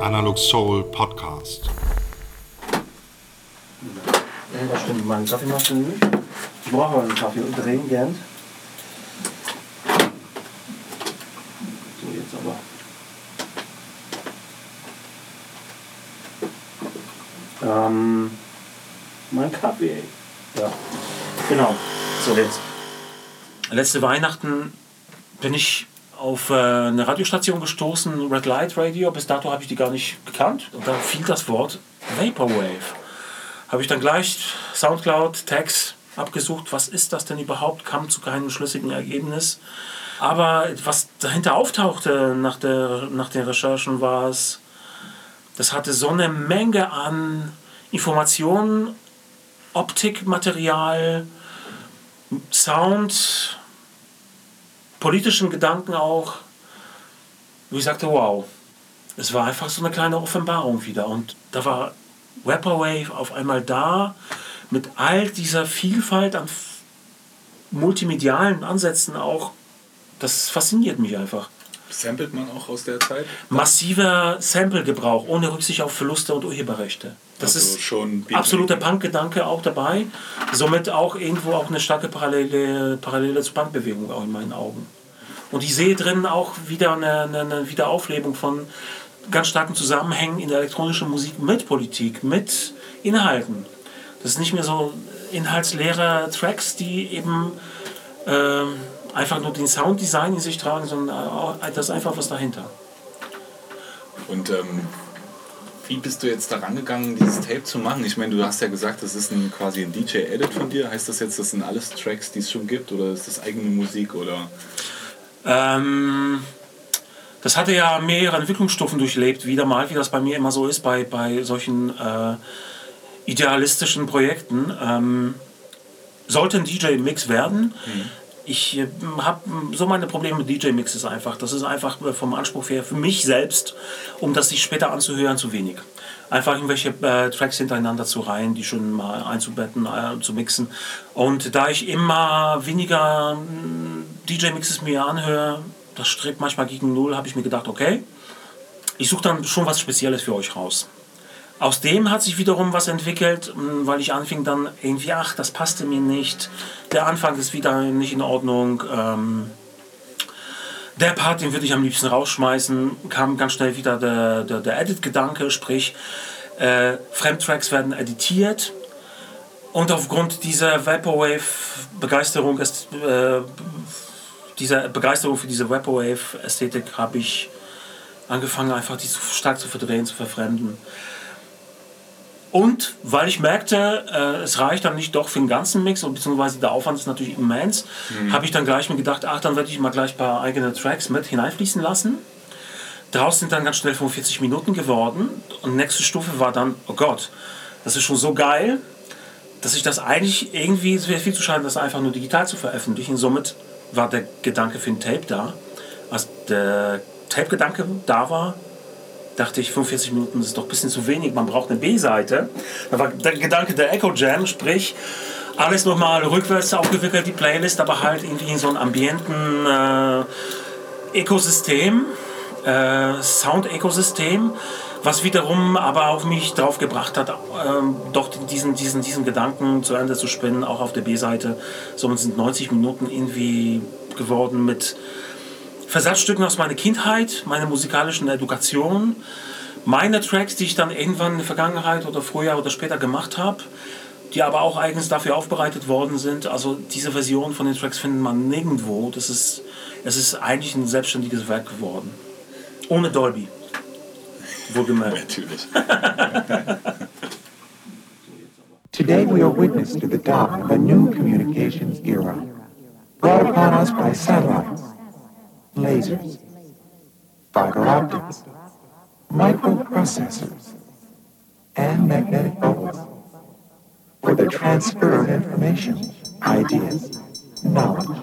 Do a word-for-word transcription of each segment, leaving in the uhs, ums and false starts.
Analog Soul Podcast. Ja, das stimmt. Meinen Kaffee machst du nicht? Ich brauche aber einen Kaffee und drehen gern. So, jetzt aber. Ähm, mein Kaffee. Ja, genau. So, jetzt. Letzte Weihnachten bin ich auf äh, eine Radiostation gestoßen, Red Light Radio. Bis dato habe ich die gar nicht gekannt. Und da fiel das Wort Vaporwave. Habe ich dann gleich Soundcloud, Tags abgesucht. Was ist das denn überhaupt? Kam zu keinem schlüssigen Ergebnis. Aber was dahinter auftauchte nach, der, nach den Recherchen war es, das hatte so eine Menge an Informationen, Optikmaterial, Sound, politischen Gedanken auch. Und ich sagte, wow, es war einfach so eine kleine Offenbarung wieder. Und da war Vaporwave auf einmal da, mit all dieser Vielfalt an multimedialen Ansätzen auch. Das fasziniert mich einfach. Samplet man auch aus der Zeit? Massiver Samplegebrauch, ohne Rücksicht auf Verluste und Urheberrechte. Das also ist schon absoluter Punk-Gedanke auch dabei. Somit auch irgendwo auch eine starke Parallele, Parallele zur Punkbewegung auch in meinen Augen. Und ich sehe drin auch wieder eine, eine, eine Wiederauflebung von ganz starken Zusammenhängen in der elektronischen Musik mit Politik, mit Inhalten. Das ist nicht mehr so inhaltsleere Tracks, die eben äh, einfach nur den Sounddesign in sich tragen, sondern auch, das ist einfach was dahinter. Und ähm, wie bist du jetzt daran gegangen, dieses Tape zu machen? Ich meine, du hast ja gesagt, das ist ein, quasi ein D J-Edit von dir. Heißt das jetzt, das sind alles Tracks, die es schon gibt, oder ist das eigene Musik? Oder? Ähm, das hatte ja mehrere Entwicklungsstufen durchlebt, wieder mal, wie das bei mir immer so ist, bei, bei solchen äh, idealistischen Projekten. Ähm, sollte ein D J-Mix werden. Mhm. Ich äh, habe so meine Probleme mit D J-Mixes einfach. Das ist einfach vom Anspruch her für mich selbst, um das sich später anzuhören, zu wenig. Einfach irgendwelche äh, Tracks hintereinander zu reihen, die schon mal einzubetten, äh, zu mixen. Und da ich immer weniger D J-Mixes mir anhöre, das strebt manchmal gegen Null, habe ich mir gedacht, okay, ich suche dann schon was Spezielles für euch raus. Aus dem hat sich wiederum was entwickelt, weil ich anfing dann irgendwie, ach, das passte mir nicht. Der Anfang ist wieder nicht in Ordnung. Ähm, der Part, den würde ich am liebsten rausschmeißen. Kam ganz schnell wieder der, der, der Edit-Gedanke, sprich, äh, Fremdtracks werden editiert. Und aufgrund dieser Vaporwave-Begeisterung, äh, dieser Begeisterung für diese Vaporwave-Ästhetik habe ich angefangen, einfach die zu stark zu verdrehen, zu verfremden. Und weil ich merkte, äh, es reicht dann nicht doch für den ganzen Mix, und beziehungsweise der Aufwand ist natürlich immens, mhm. habe ich dann gleich mir gedacht, ach, dann werde ich mal gleich ein paar eigene Tracks mit hineinfließen lassen. Daraus sind dann ganz schnell fünfundvierzig Minuten geworden. Und nächste Stufe war dann, oh Gott, das ist schon so geil, dass ich das eigentlich irgendwie, es wäre viel zu schade, das einfach nur digital zu veröffentlichen. Somit war der Gedanke für ein Tape da. Als der Tape-Gedanke da war, dachte ich, fünfundvierzig Minuten ist doch ein bisschen zu wenig, man braucht eine B-Seite. Da war der Gedanke der Echo Jam, sprich, alles nochmal rückwärts aufgewickelt, die Playlist, aber halt irgendwie in so einem ambienten äh, Ökosystem, äh, Sound-Ökosystem, was wiederum aber auch mich drauf gebracht hat, äh, doch diesen, diesen, diesen Gedanken zu Ende zu spinnen, auch auf der B-Seite. Somit sind neunzig Minuten irgendwie geworden mit Versatzstücken aus meiner Kindheit, meiner musikalischen Education, meine Tracks, die ich dann irgendwann in der Vergangenheit oder früher oder später gemacht habe, die aber auch eigens dafür aufbereitet worden sind. Also diese Version von den Tracks findet man nirgendwo. Das ist, es ist eigentlich ein selbstständiges Werk geworden. Ohne Dolby. Wohlgemerkt. Natürlich. Today we are witness to the dawn of a new communications era, brought upon us by satellites, lasers, fiber optics, microprocessors, and magnetic bubbles for the transfer of information, ideas, knowledge.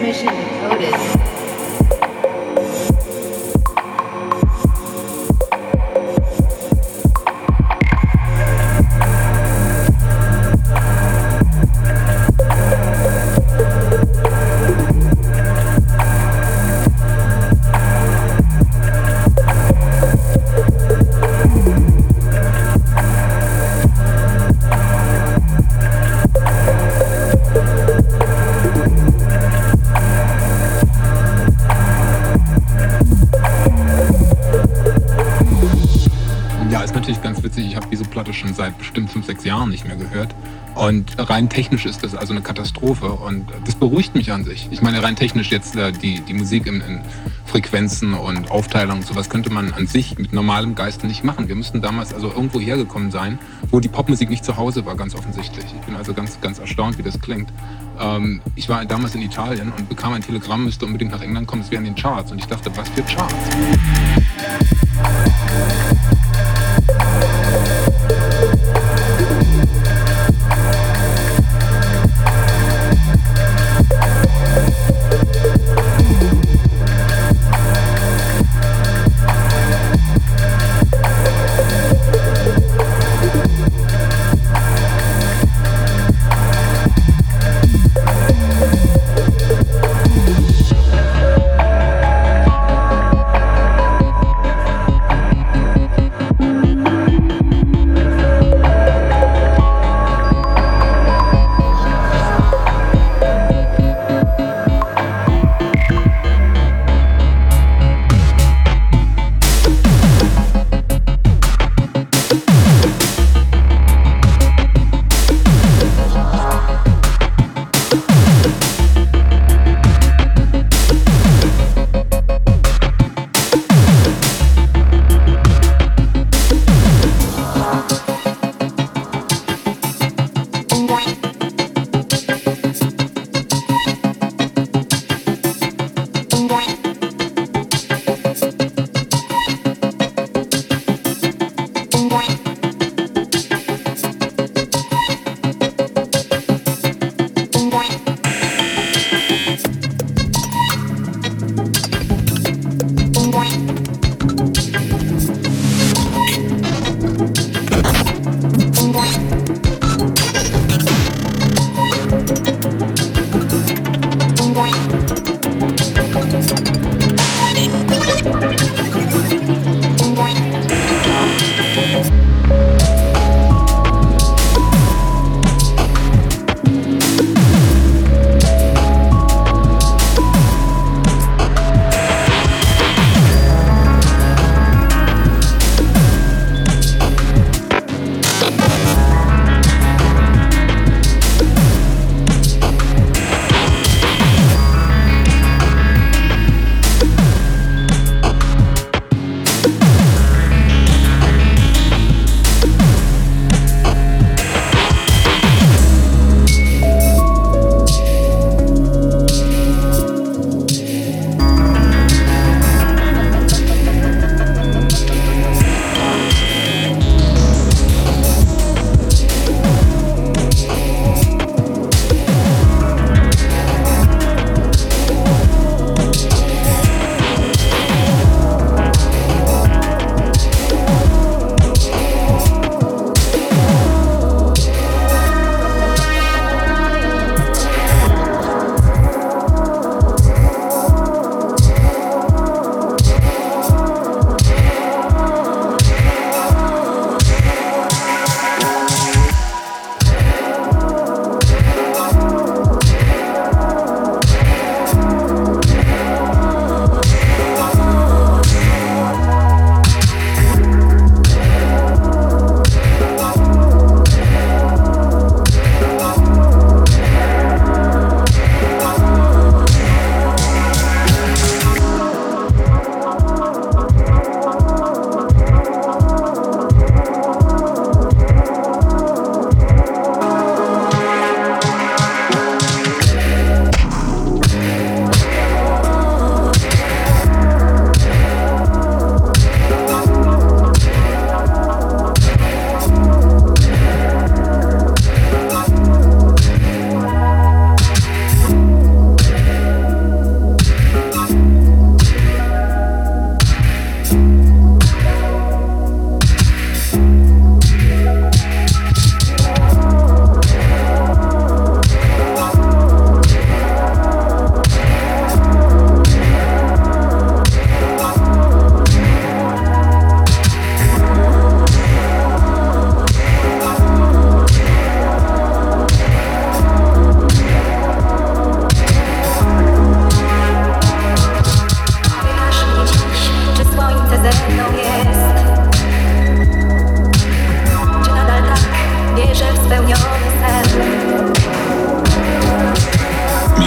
Transmission decoded. Ich habe diese Platte schon seit bestimmt fünf, sechs Jahren nicht mehr gehört. Und rein technisch ist das also eine Katastrophe. Und das beruhigt mich an sich. Ich meine, rein technisch jetzt äh, die, die Musik in, in Frequenzen und Aufteilung und sowas könnte man an sich mit normalem Geiste nicht machen. Wir müssten damals also irgendwo hergekommen sein, wo die Popmusik nicht zu Hause war, ganz offensichtlich. Ich bin also ganz, ganz erstaunt, wie das klingt. Ähm, ich war damals in Italien und bekam ein Telegramm, müsste unbedingt nach England kommen, es wären in den Charts. Und ich dachte, was für Charts?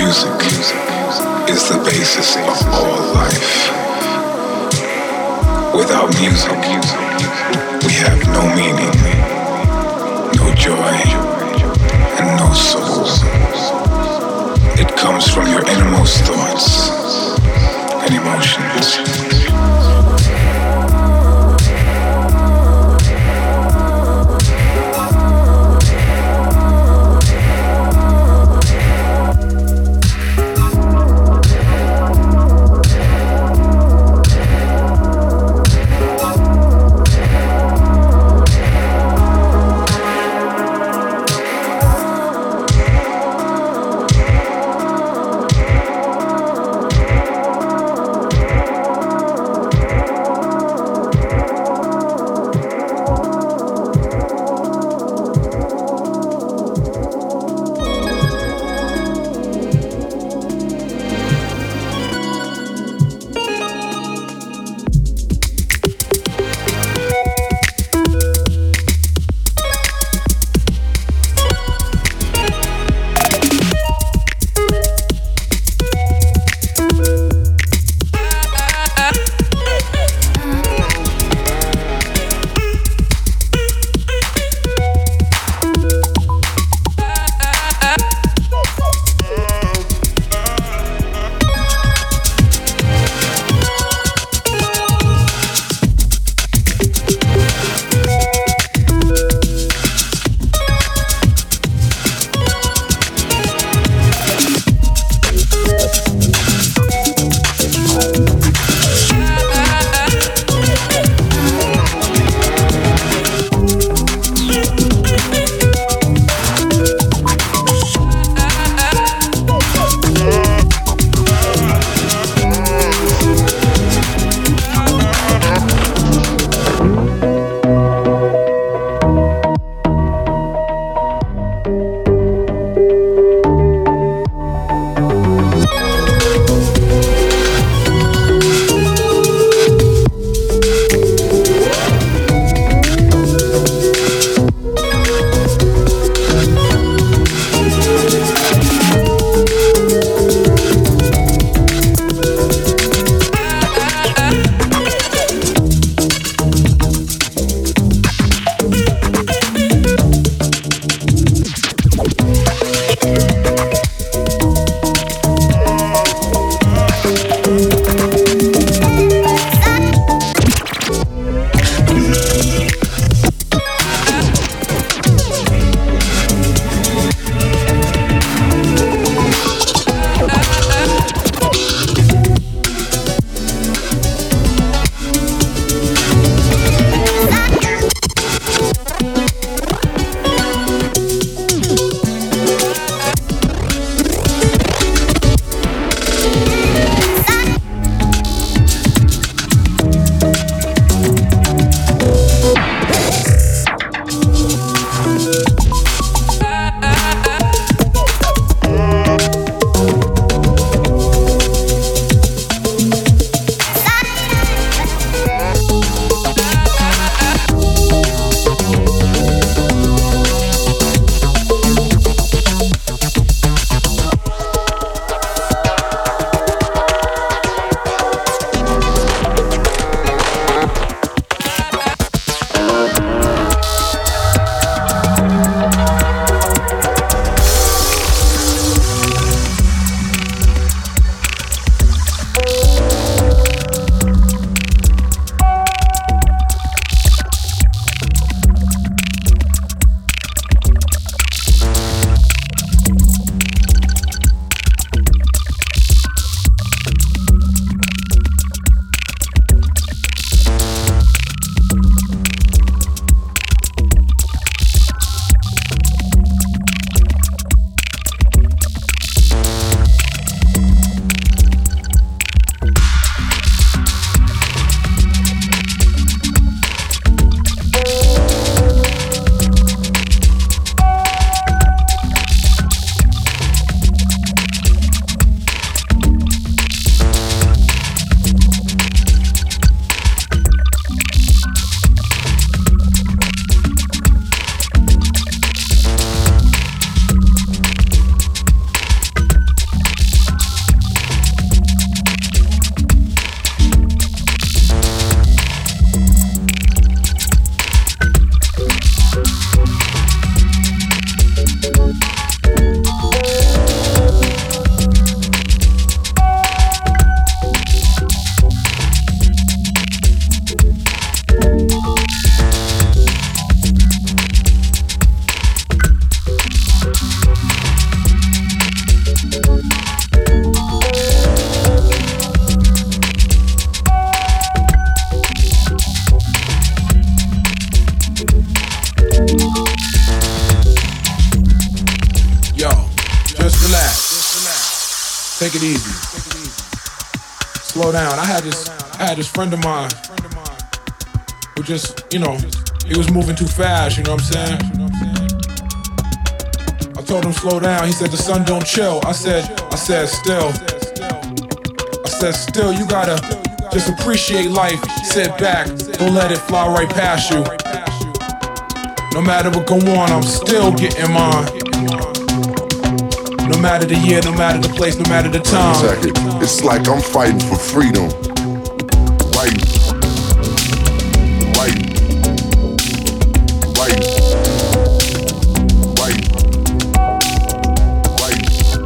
Music is the basis of all life. Without music, we have no meaning, no joy, and no soul. It comes from your innermost thoughts and emotions. Take it easy. Slow down. I had this, I had this friend of mine who just, you know, he was moving too fast, you know what I'm saying? I told him slow down. He said the sun don't chill. I said, I said still. I said still, you gotta just appreciate life. Sit back, don't let it fly right past you. No matter what go on, I'm still getting mine. No matter the year, no matter the place, no matter the time. Exactly. It's like I'm fighting for freedom. Right. Right. Right. Right. Right.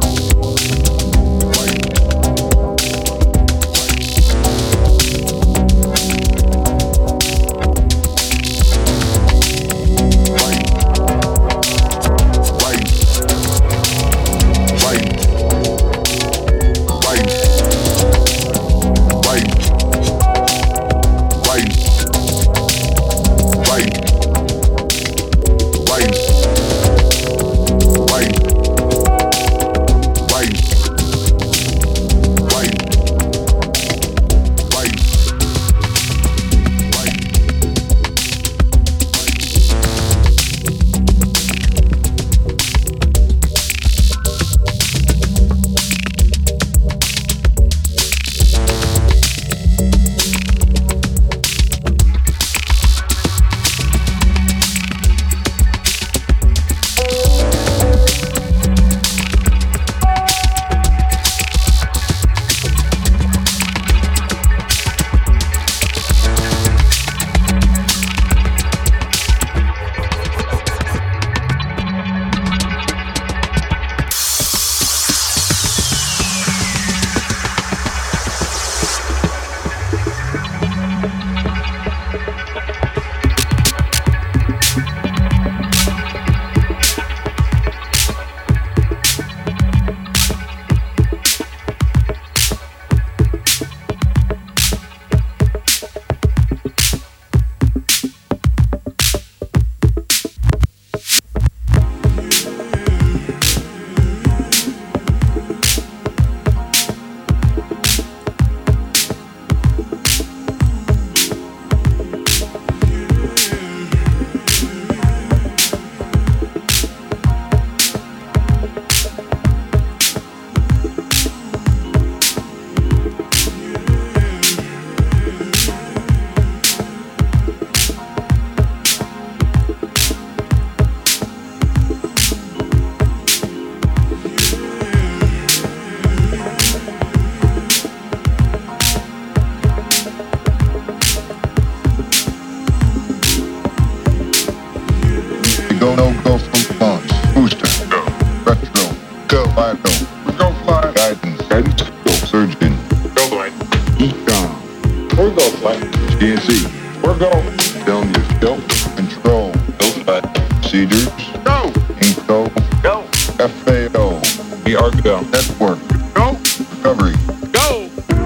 Go, no, go from launch. Booster. Go. Retro. Go. Vital. Go fly. Guidance. Guidance. Go. Surgeon. Go flight. Ecom. We're go flight. G N C. We're go. Telling you. Go. Control. Go flight. Procedures. Go. Inco. Go. F A O. We are go. Network. Go. Recovery. Go.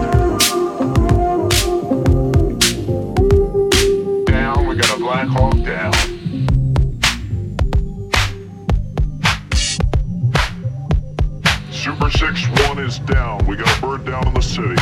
Down. We got a Black Hawk down. Super six one is down. We got a bird down in the city.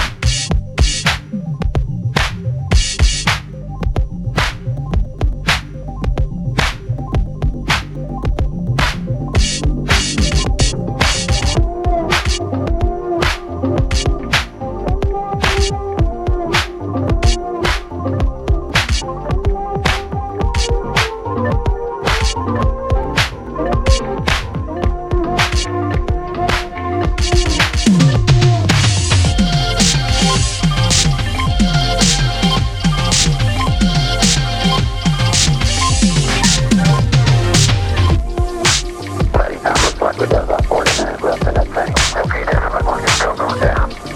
Ordinary breath in that thing. Okay, everyone, we'll just go, go down.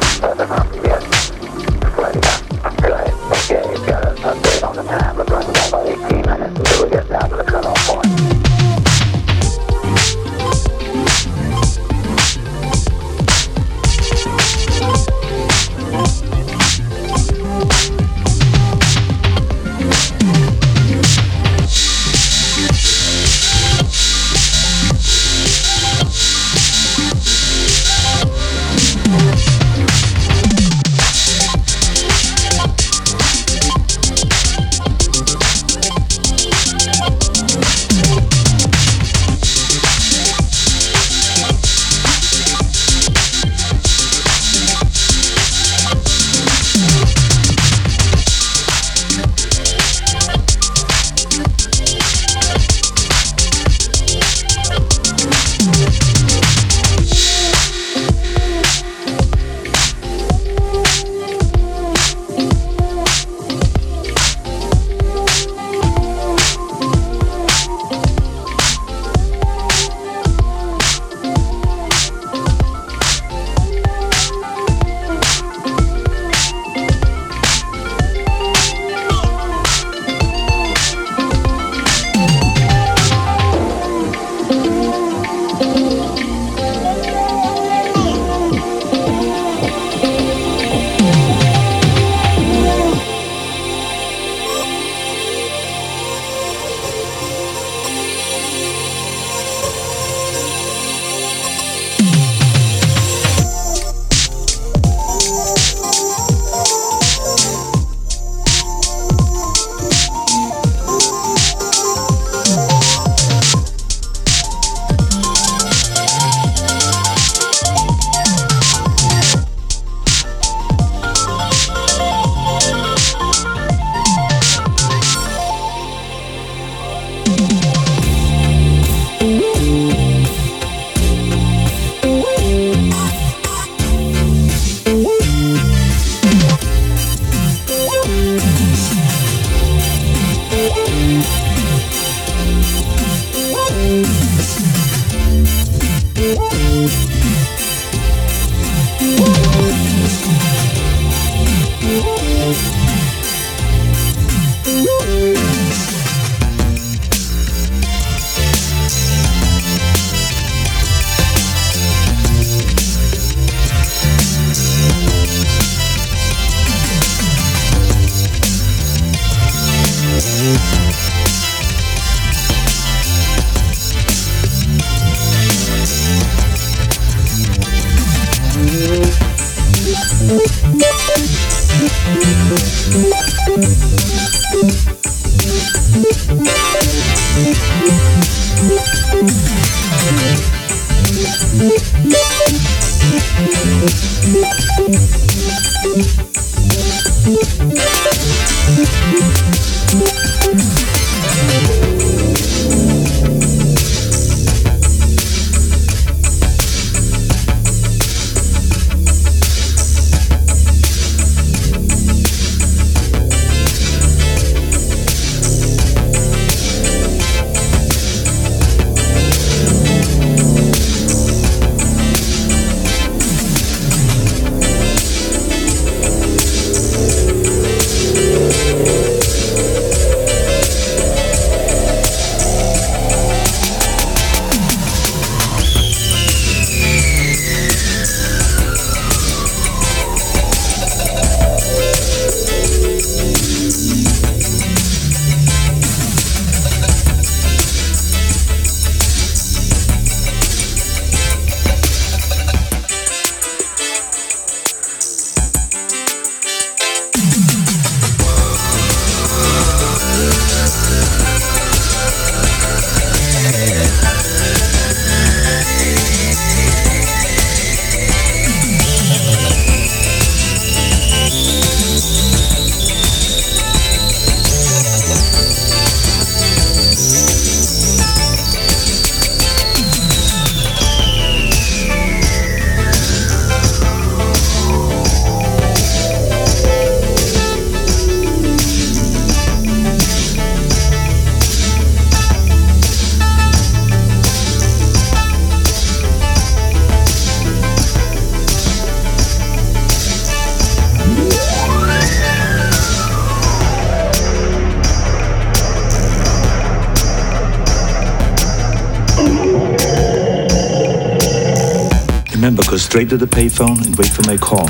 Remember, go straight to the payphone and wait for my call.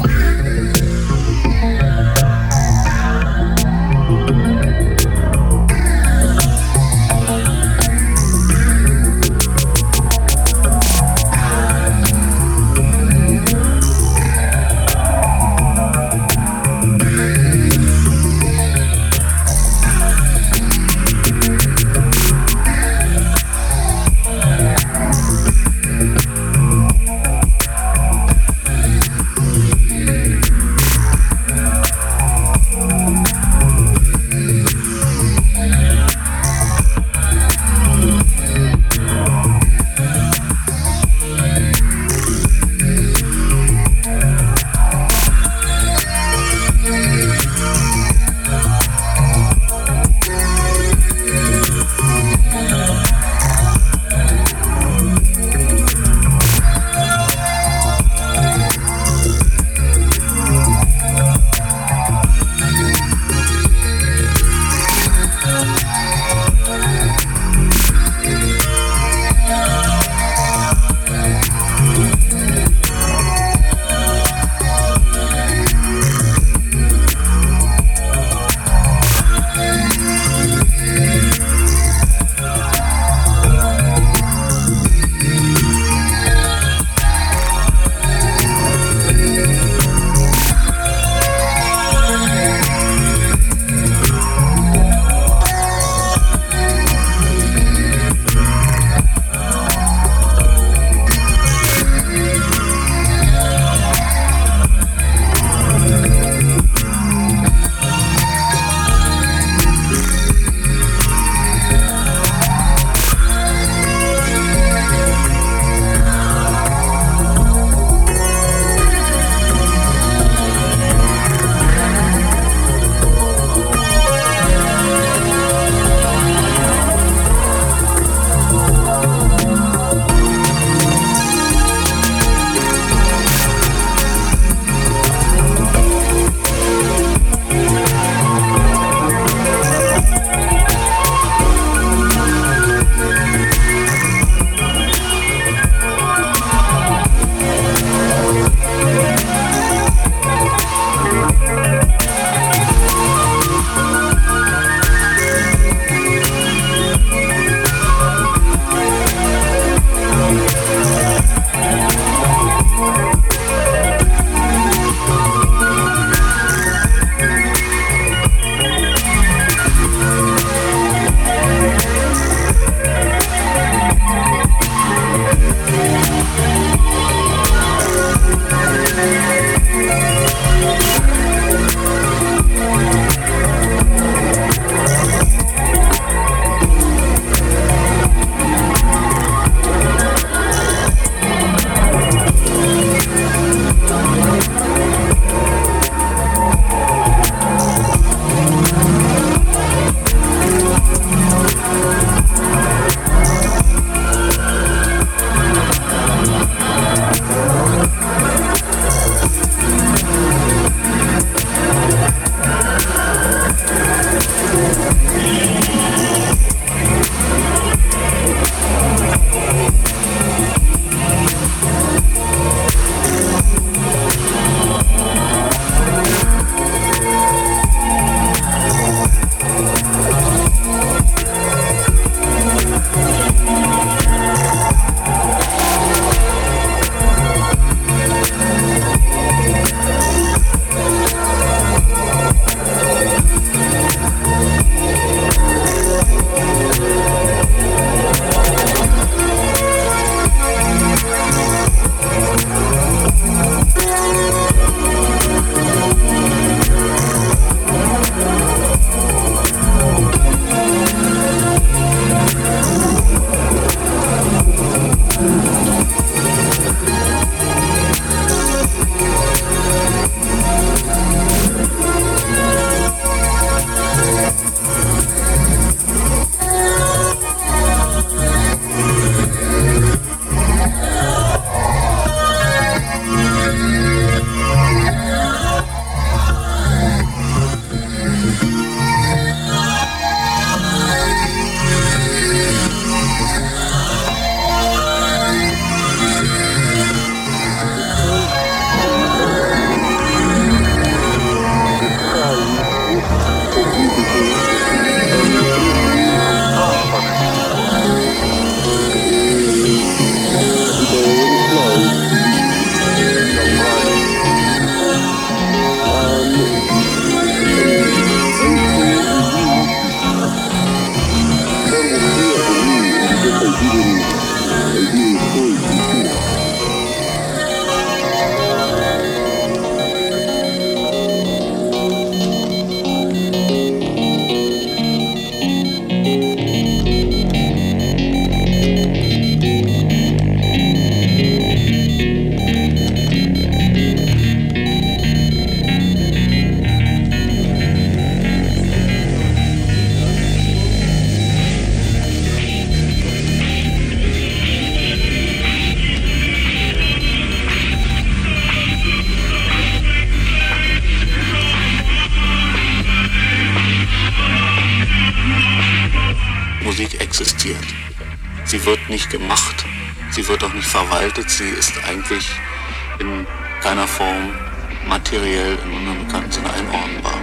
existiert. Sie wird nicht gemacht, sie wird auch nicht verwaltet, sie ist eigentlich in keiner Form materiell in unserem bekannten Sinne einordnbar.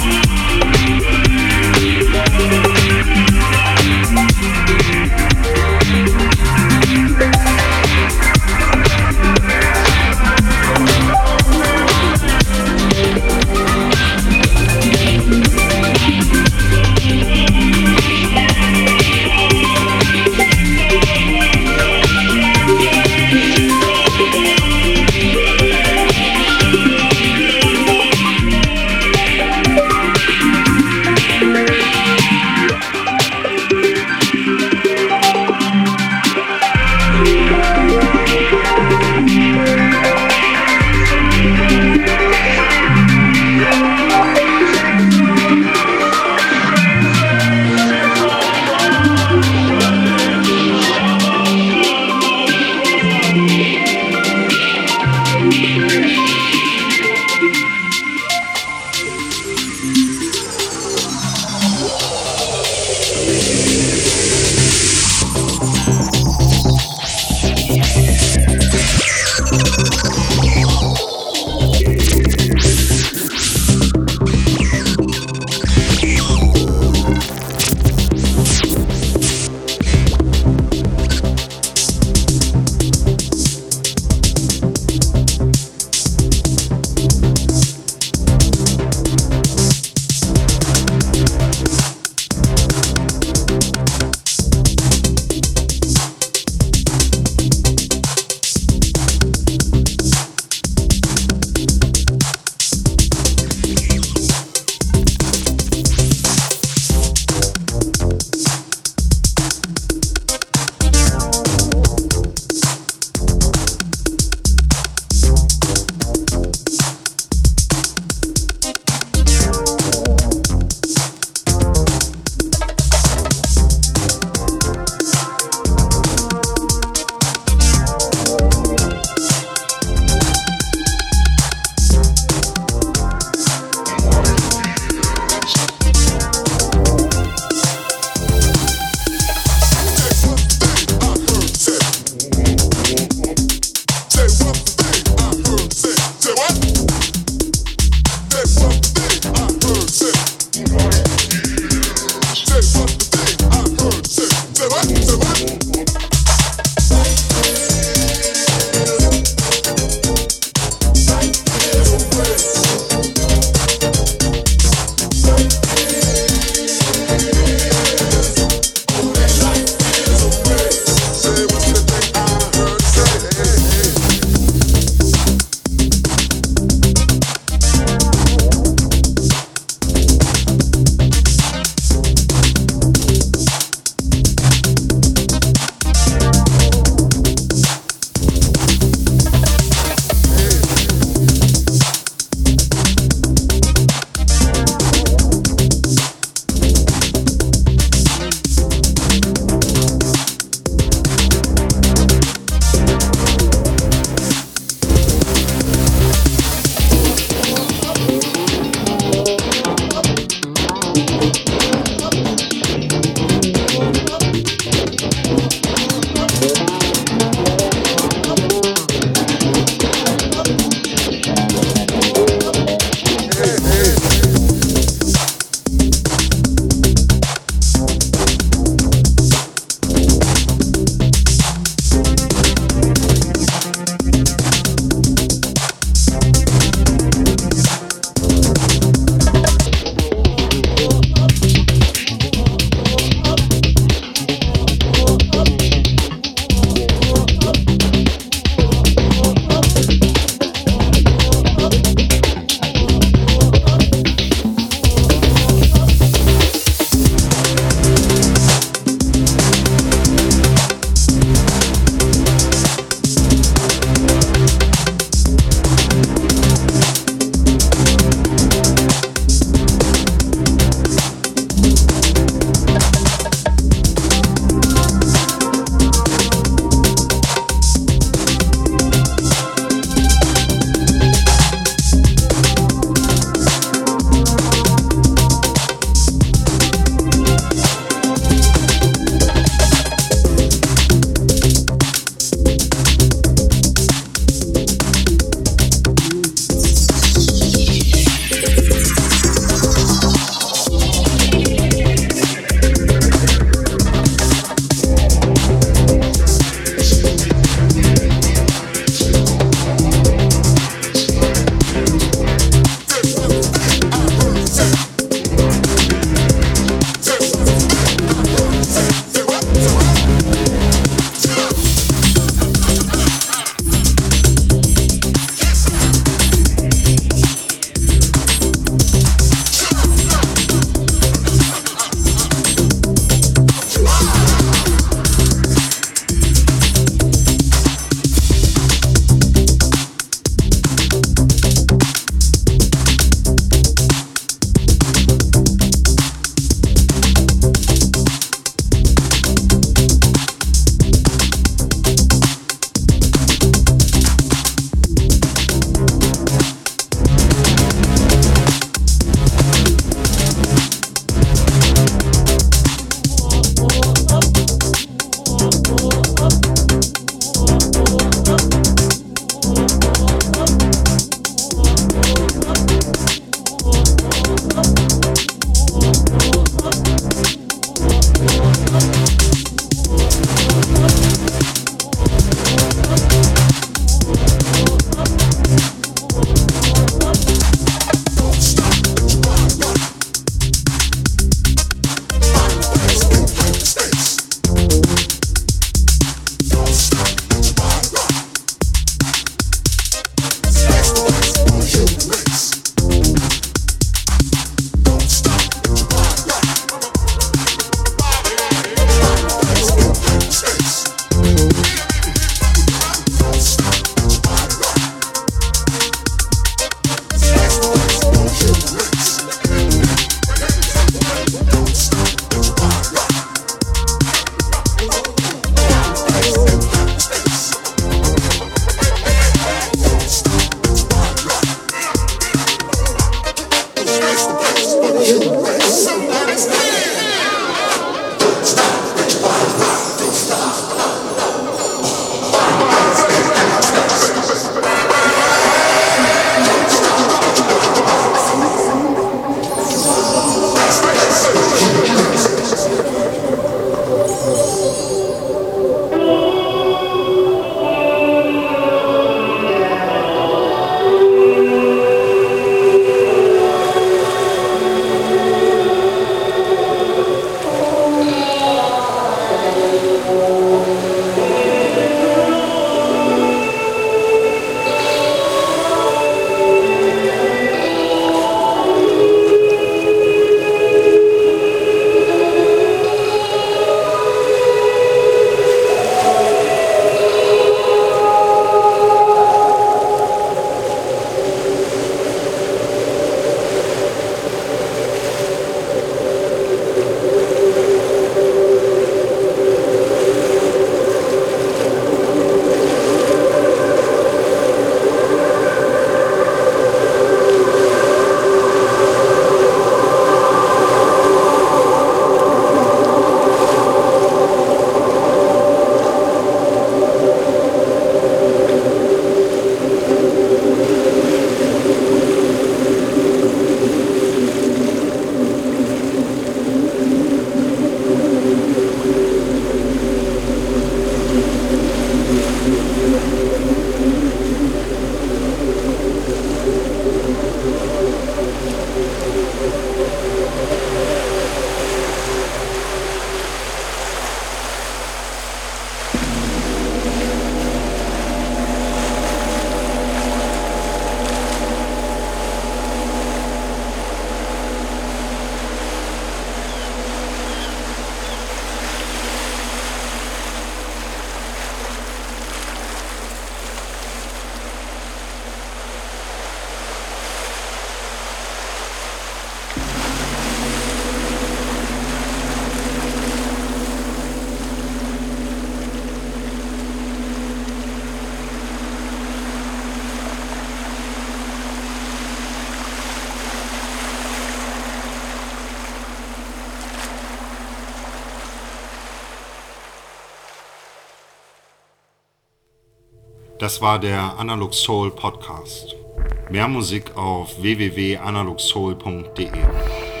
Das war der Analog Soul Podcast. Mehr Musik auf w w w punkt analog soul punkt d e.